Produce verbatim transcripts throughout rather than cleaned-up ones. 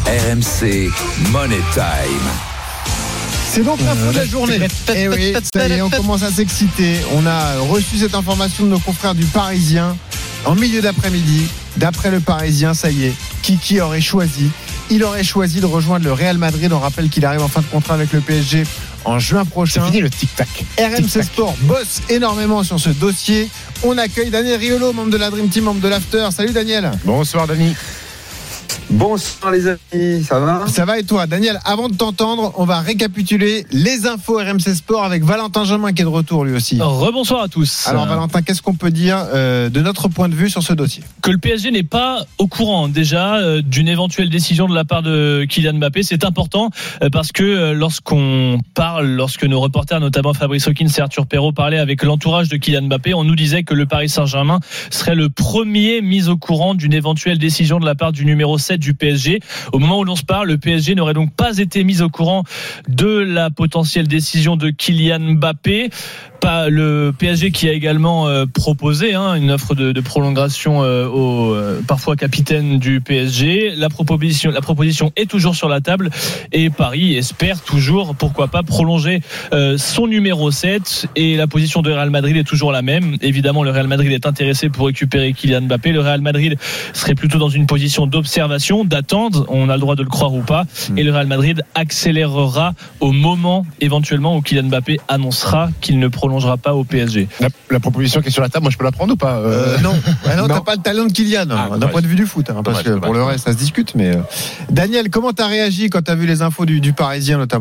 R M C Money Time. C'est donc l'info de la journée. Et oui, ça y est, on commence à s'exciter. On a reçu cette information de nos confrères du Parisien en milieu d'après-midi. D'après le Parisien, ça y est, Kiki aurait choisi. Il aurait choisi de rejoindre le Real Madrid. On rappelle qu'il arrive en fin de contrat avec le P S G en juin prochain. C'est fini le tic-tac. R M C Sport bosse énormément sur ce dossier. On accueille Daniel Riolo, membre de la Dream Team, membre de l'After. Salut Daniel. Bonsoir Dani. Bonsoir les amis, ça va ? Ça va et toi ? Daniel, avant de t'entendre, on va récapituler les infos R M C Sport avec Valentin Jamin qui est de retour lui aussi. Rebonsoir à tous. Alors Valentin, qu'est-ce qu'on peut dire euh, de notre point de vue sur ce dossier ? Que le P S G n'est pas au courant déjà euh, d'une éventuelle décision de la part de Kylian Mbappé, c'est important euh, parce que euh, lorsqu'on parle, lorsque nos reporters, notamment Fabrice Hawkins et Arthur Perrault, parlaient avec l'entourage de Kylian Mbappé, on nous disait que le Paris Saint-Germain serait le premier mis au courant d'une éventuelle décision de la part du numéro sept du P S G. Au moment où l'on se parle, le P S G n'aurait donc pas été mis au courant de la potentielle décision de Kylian Mbappé. Pas le P S G qui a également euh, proposé hein, une offre de, de prolongation euh, au euh, parfois capitaine du P S G. La proposition, la proposition est toujours sur la table et Paris espère toujours, pourquoi pas, prolonger euh, son numéro sept. Et la position de Real Madrid est toujours la même. Évidemment, le Real Madrid est intéressé pour récupérer Kylian Mbappé. Le Real Madrid serait plutôt dans une position d'observation, d'attendre. On a le droit de le croire ou pas. Et le Real Madrid accélérera au moment éventuellement où Kylian Mbappé annoncera qu'il ne prolongera pas au P S G. La, la proposition qui est sur la table, moi je peux la prendre ou pas euh... Euh, Non, ah non, non. t'as pas le talent de Kylian ah, hein, d'un point de vue du foot, hein, parce que pour le reste ça se discute. Mais euh... Daniel, comment t'as réagi quand t'as vu les infos du, du Parisien notamment ?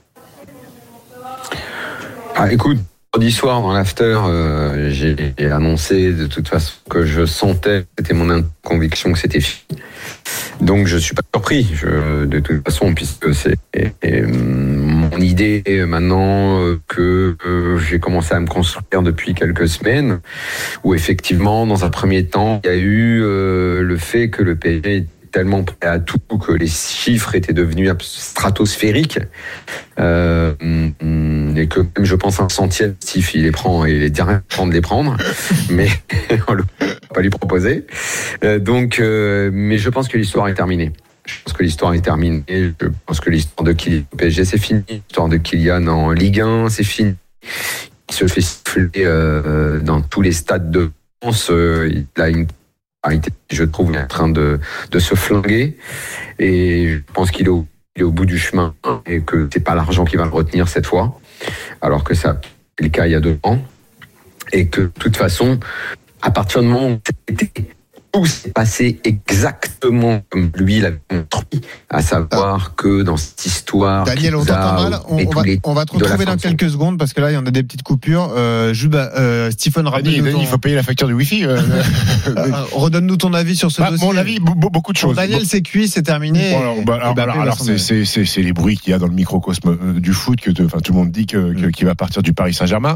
Ah, écoute, mardi soir dans l'after, euh, j'ai annoncé de toute façon que je sentais, c'était mon conviction que c'était fini. Donc je suis pas surpris, je, de toute façon, puisque c'est et, et, mon idée maintenant euh, que euh, j'ai commencé à me construire depuis quelques semaines, où effectivement, dans un premier temps, il y a eu euh, le fait que le P S G tellement prêt à tout que les chiffres étaient devenus stratosphériques euh, et que même je pense un centième Steve il les prend et il est direct en train de les prendre mais on ne va pas lui proposer euh, donc euh, mais je pense que l'histoire est terminée je pense que l'histoire est terminée je pense que l'histoire de Kylian P S G c'est fini, l'histoire de Kylian en Ligue un c'est fini, il se fait siffler euh, dans tous les stades de France, euh, il a une je trouve, il est en train de, de se flinguer et je pense qu'il est, au, il est au bout du chemin et que c'est pas l'argent qui va le retenir cette fois, alors que ça c'est le cas il y a deux ans et que de toute façon, à partir du moment où c'était tout s'est passé exactement comme lui l'avait construit, à savoir que dans cette histoire. Daniel, on t'entend mal. On, on, va, on va te retrouver dans quelques secondes parce que là, il y en a des petites coupures. Euh, Juba, euh, Stephen, Dani, Dani, il faut payer la facture du Wi-Fi. Euh, euh, redonne-nous ton avis sur ce bah, dossier. Mon avis, beaucoup de choses. Bon, Daniel, c'est cuit, c'est terminé. Bon, alors, bah, alors, alors, alors c'est, c'est, c'est, c'est les bruits qu'il y a dans le microcosme du foot que, enfin, tout le monde dit que, que, qu'il va partir du Paris Saint-Germain.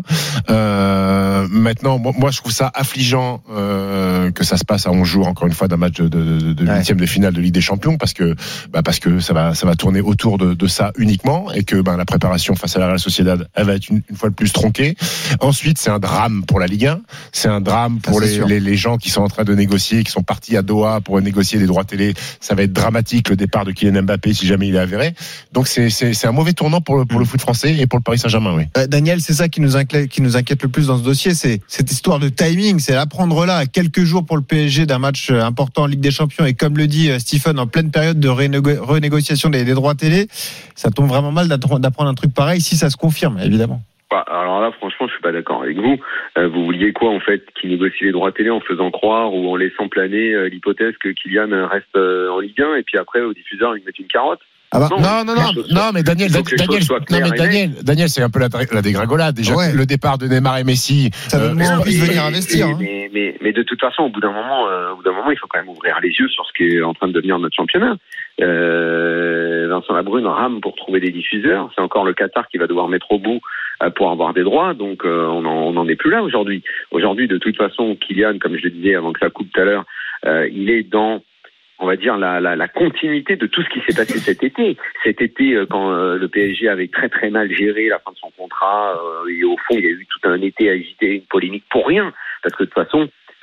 Euh, maintenant, moi, moi, je trouve ça affligeant euh, que ça se passe à onze jours encore une fois d'un match de, de, de huitième de finale de Ligue des Champions parce que bah parce que ça va ça va tourner autour de, de ça uniquement et que bah, la préparation face à la Real Sociedad elle va être une, une fois de plus tronquée. Ensuite c'est un drame pour la Ligue un, c'est un drame pour ah, les, les les gens qui sont en train de négocier, qui sont partis à Doha pour négocier des droits télé. Ça va être dramatique le départ de Kylian Mbappé si jamais il est avéré. Donc c'est c'est c'est un mauvais tournant pour le pour le foot français et pour le Paris Saint-Germain. Oui. Euh, Daniel, c'est ça qui nous inquiète qui nous inquiète le plus dans ce dossier, c'est cette histoire de timing, c'est à prendre là à quelques jours pour le P S G d'un match important en Ligue des Champions et comme le dit Stephen en pleine période de renégo- renégociation des, des droits télé, ça tombe vraiment mal d'apprendre un truc pareil si ça se confirme évidemment. Bah, alors là franchement je suis pas d'accord avec vous. Euh, vous vouliez quoi en fait, qui négocie les droits télé en faisant croire ou en laissant planer euh, l'hypothèse que Kylian reste euh, en Ligue un et puis après au diffuseur ils mettent une carotte. Ah bah, non, non, non, non, non, mais Daniel, Daniel, non, mais Daniel, Daniel, c'est un peu la, la dégringolade. Déjà, ouais. Le départ de Neymar et Messi. Ça donne euh, envie de venir investir. Et, hein. mais, mais, mais de toute façon, au bout d'un moment, euh, au bout d'un moment, il faut quand même ouvrir les yeux sur ce qui est en train de devenir notre championnat. Euh, Vincent Labrune rame pour trouver des diffuseurs. C'est encore le Qatar qui va devoir mettre au bout euh, pour avoir des droits. Donc, euh, on n'en est plus là aujourd'hui. Aujourd'hui, de toute façon, Kylian, comme je le disais avant que ça coupe tout à l'heure, euh, il est dans on va dire la, la, la continuité de tout ce qui s'est passé cet été. Cet été, quand euh, le P S G avait très très mal géré la fin de son contrat, euh, et au fond, il y a eu tout un été agité, une polémique pour rien, parce que de toute façon,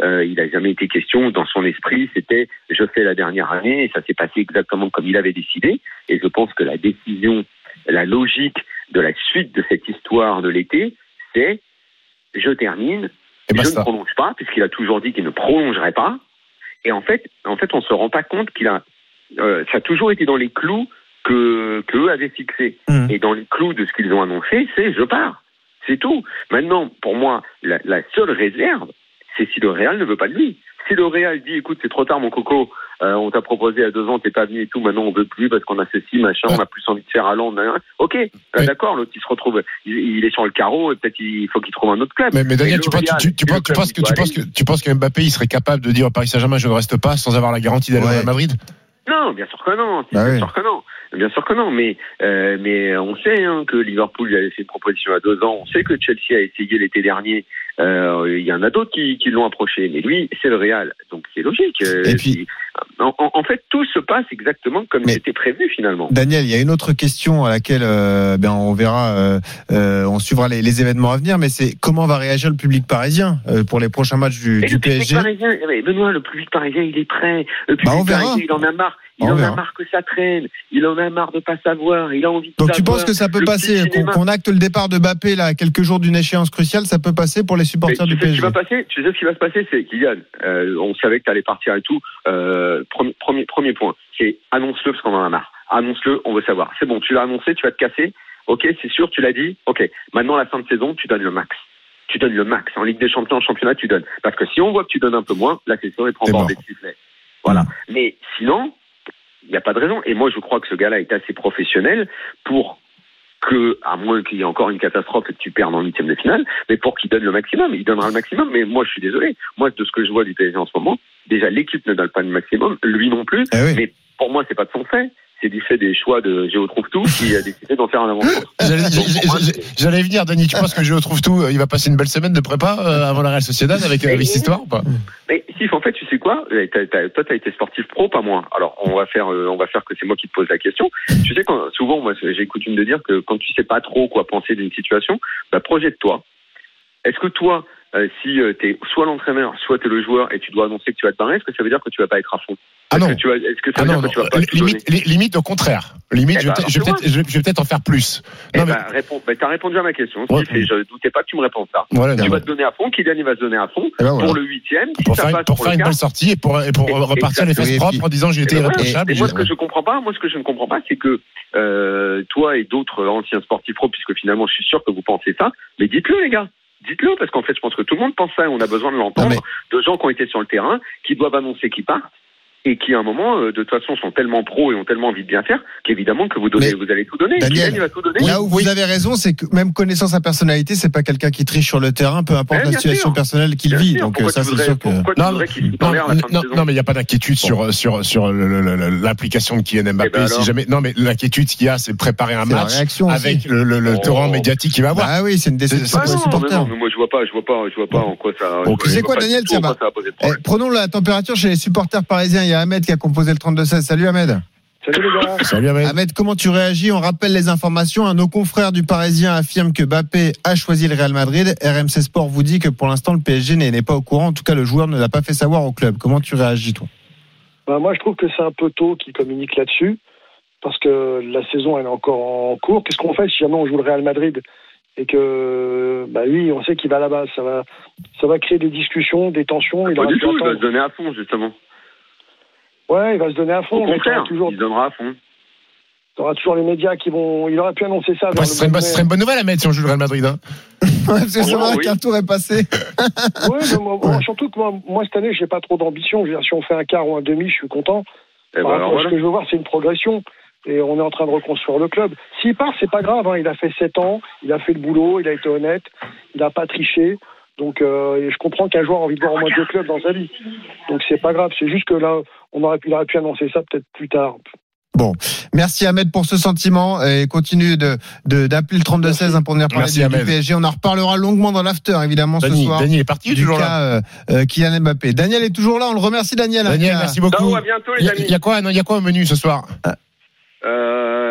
euh, il n'a jamais été question, dans son esprit, c'était je fais la dernière année, et ça s'est passé exactement comme il avait décidé. Et je pense que la décision, la logique de la suite de cette histoire de l'été, c'est je termine, et je ne prolonge pas, puisqu'il a toujours dit qu'il ne prolongerait pas. Et en fait, en fait, on se rend pas compte qu'il a, euh, ça a toujours été dans les clous que qu'eux avaient fixés. Mmh. Et dans les clous de ce qu'ils ont annoncé, c'est je pars. C'est tout. Maintenant, pour moi, la, la seule réserve, c'est si le Real ne veut pas de lui. Si le Real dit, écoute, c'est trop tard, mon coco, euh, on t'a proposé à deux ans, t'es pas venu et tout, maintenant on veut plus parce qu'on a ceci, machin, on a plus envie de faire à Londres. Ok, oui. D'accord, l'autre il se retrouve, il, il est sur le carreau, et peut-être il faut qu'il trouve un autre club. Mais, mais Daniel, tu, Real, penses, tu, tu, penses, tu, penses que, tu, penses que, tu penses que Mbappé il serait capable de dire au Paris Saint-Germain, je ne reste pas, sans avoir la garantie d'aller ouais. à Madrid? Non, bien sûr que non. Bah bien oui. sûr que non. Bien sûr que non. Mais euh, mais on sait hein, que Liverpool lui avait fait une proposition à deux ans. On sait que Chelsea a essayé l'été dernier. Euh, il y en a d'autres qui, qui l'ont approché. Mais lui, c'est le Real. Donc c'est logique. Et puis, en, en fait, tout se passe exactement comme mais c'était prévu finalement. Daniel, il y a une autre question à laquelle euh, ben on verra, euh, euh, on suivra les, les événements à venir. Mais c'est comment va réagir le public parisien euh, pour les prochains matchs du, du le P S G. Parisien, Benoît, le public parisien, il est prêt. Le public bah, parisien, il en a marre. Il on en verra. a marre que ça traîne. Il en a marre de pas savoir. Il a envie de Donc savoir. tu penses que ça peut passer, qu'on, qu'on acte le départ de Mbappé là, quelques jours d'une échéance cruciale, ça peut passer pour les supporters du P S G. Ce qui va passer, tu sais ce qui va se passer, c'est Kylian. Euh, on savait que tu allais partir et tout. Euh, premier, premier, premier point, c'est annonce-le parce qu'on en a marre. Annonce-le, on veut savoir. C'est bon, tu l'as annoncé, tu vas te casser. Ok, c'est sûr, tu l'as dit. Ok, maintenant la fin de saison, tu donnes le max. Tu donnes le max. En Ligue des Champions, en championnat, tu donnes. Parce que si on voit que tu donnes un peu moins, là, c'est sûr, il prend bord des sifflets. Voilà. Mmh. Mais sinon, il n'y a pas de raison. Et moi, je crois que ce gars-là est assez professionnel pour que, à moins qu'il y ait encore une catastrophe et que tu perdes en huitième de finale, mais pour qu'il donne le maximum. Il donnera le maximum. Mais moi, je suis désolé. Moi, de ce que je vois du P S G en ce moment, déjà, l'équipe ne donne pas le maximum. Lui non plus. Eh oui. Mais pour moi, c'est pas de son fait. C'est du fait des choix de Géo Trouve Tout qui a décidé d'en faire un avant-course. J'allais, j'allais, j'allais venir, Dani. Tu penses que Géo Trouve Tout, il va passer une belle semaine de prépa euh, avant la Real Sociedad avec, avec cette histoire ou pas? Mais si, en fait, tu sais quoi? T'as, t'as, toi, t'as été sportif pro, pas moi. Alors, on va faire, euh, on va faire que c'est moi qui te pose la question. Tu sais, quand, souvent, moi, j'ai coutume de dire que quand tu sais pas trop quoi penser d'une situation, bah, projette-toi. Est-ce que toi, euh, si euh, t'es soit l'entraîneur, soit t'es le joueur et tu dois annoncer que tu vas te barrer, est-ce que ça veut dire que tu vas pas être à fond? Ah non. Est-ce que, tu vas, est-ce que ça ah veut non, dire que tu vas pas limite, limite au contraire. Limite, eh je, ben, vais je, vais peut-être, je, vais, je vais peut-être en faire plus. Non, eh mais... ben, réponds, bah, t'as répondu à ma question. Ouais. Si, je doutais pas que tu me répondes ça. Voilà, tu non, vas ouais. te donner à fond, Kylian il va se donner à fond eh ben, voilà. pour le huitième. Si pour ça faire, passe pour pour faire le une quart, belle sortie et pour, et pour et, repartir les fesses propres en disant j'ai été irréprochable. Et, et moi, ce que je comprends pas, moi, ce que je ne comprends pas, c'est que euh, toi et d'autres anciens sportifs pro, puisque finalement, je suis sûr que vous pensez ça, mais dites-le, les gars. Dites-le, parce qu'en fait, je pense que tout le monde pense ça et on a besoin de l'entendre, non, mais... de gens qui ont été sur le terrain, qui doivent annoncer qu'ils partent et qui, à un moment, euh, de toute façon, sont tellement pros et ont tellement envie de bien faire qu'évidemment que vous, donnez, vous allez tout donner. Daniel, il va tout donner. Là où oui. vous avez raison, c'est que même connaissant sa personnalité, c'est pas quelqu'un qui triche sur le terrain, peu importe eh, la situation sûr. personnelle qu'il bien vit. Sûr. Donc pourquoi ça, c'est voudrais, sûr que. Pourquoi non, tu non, non, non, non, mais il n'y a pas d'inquiétude bon. sur sur sur le, le, le, l'application de Kylian Mbappé. Eh ben si jamais, non, mais l'inquiétude qu'il y a, c'est de préparer un c'est match avec aussi. le, le, le oh. torrent médiatique qu'il va avoir. Ah oui, c'est une déception pour les supporters. Moi, je vois pas, je vois pas, je vois pas en quoi ça. Tu sais quoi, Daniel, tiens, prenons la température chez les supporters parisiens. Il y a Ahmed qui a composé le trente-deux seize. Salut Ahmed. Salut les gars. Salut Ahmed. Ahmed, comment tu réagis? On rappelle les informations. Nos confrères du Parisien affirment que Mbappé a choisi le Real Madrid. R M C Sport vous dit que pour l'instant le P S G n'est, n'est pas au courant. En tout cas, le joueur ne l'a pas fait savoir au club. Comment tu réagis toi? Bah, moi, je trouve que c'est un peu tôt qu'il communique là-dessus parce que la saison elle est encore en cours. Qu'est-ce qu'on fait si jamais on joue le Real Madrid et que bah lui, on sait qu'il va là-bas, ça va, ça va créer des discussions, des tensions. Il, pas du tout, il va se donner à fond justement. Ouais, il va se donner à fond. Au contraire, toujours... il donnera à fond. Il y aura toujours les médias qui vont. Il aurait pu annoncer ça. Ouais, ce, serait une, ce serait une bonne nouvelle à mettre si on joue le Real Madrid. Hein. c'est oh, vrai oui. qu'un tour est passé. Oui, mais moi, moi, surtout que moi, moi, cette année, je n'ai pas trop d'ambition. Je veux dire, si on fait un quart ou un demi, je suis content. Et bah, alors, ce que je veux voir, c'est une progression. Et on est en train de reconstruire le club. S'il part, c'est pas grave. Hein. Il a fait sept ans, il a fait le boulot, il a été honnête, il n'a pas triché. Donc, euh, je comprends qu'un joueur a envie de voir au moins deux clubs dans sa vie. Donc, c'est pas grave. C'est juste que là, on aurait pu, il aurait pu annoncer ça peut-être plus tard. Bon, merci Ahmed pour ce sentiment et continue de, de d'appeler le trente-deux seize pour venir parler du, du P S G. On en reparlera longuement dans l'after évidemment Dani, ce soir. Daniel est parti du toujours cas, là. Euh, Kylian Mbappé. Daniel est toujours là. On le remercie Daniel. Daniel, merci beaucoup. Non, à bientôt les amis. Il y a quoi, non, il y a quoi au menu ce soir? Euh,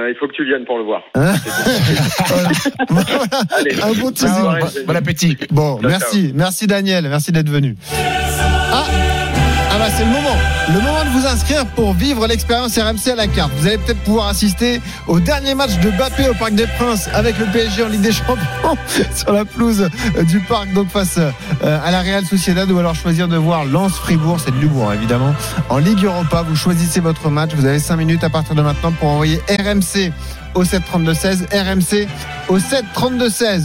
il faut que tu viennes pour le voir. Hein voilà. Allez, un bon teasing. soirée. Bon appétit. Bon, Ciao, merci, ciao. merci Daniel, merci d'être venu. Ah, ah bah c'est le moment, le moment de vous inscrire pour vivre l'expérience R M C à la carte. Vous allez peut-être pouvoir assister au dernier match de Mbappé au Parc des Princes avec le P S G en Ligue des Champions sur la pelouse du parc, donc face à la Real Sociedad, ou alors choisir de voir Lens Fribourg, c'est de l'humour évidemment, en Ligue Europa. Vous choisissez votre match, vous avez cinq minutes à partir de maintenant pour envoyer R M C au sept trente-deux seize, R M C au sept trente-deux seize.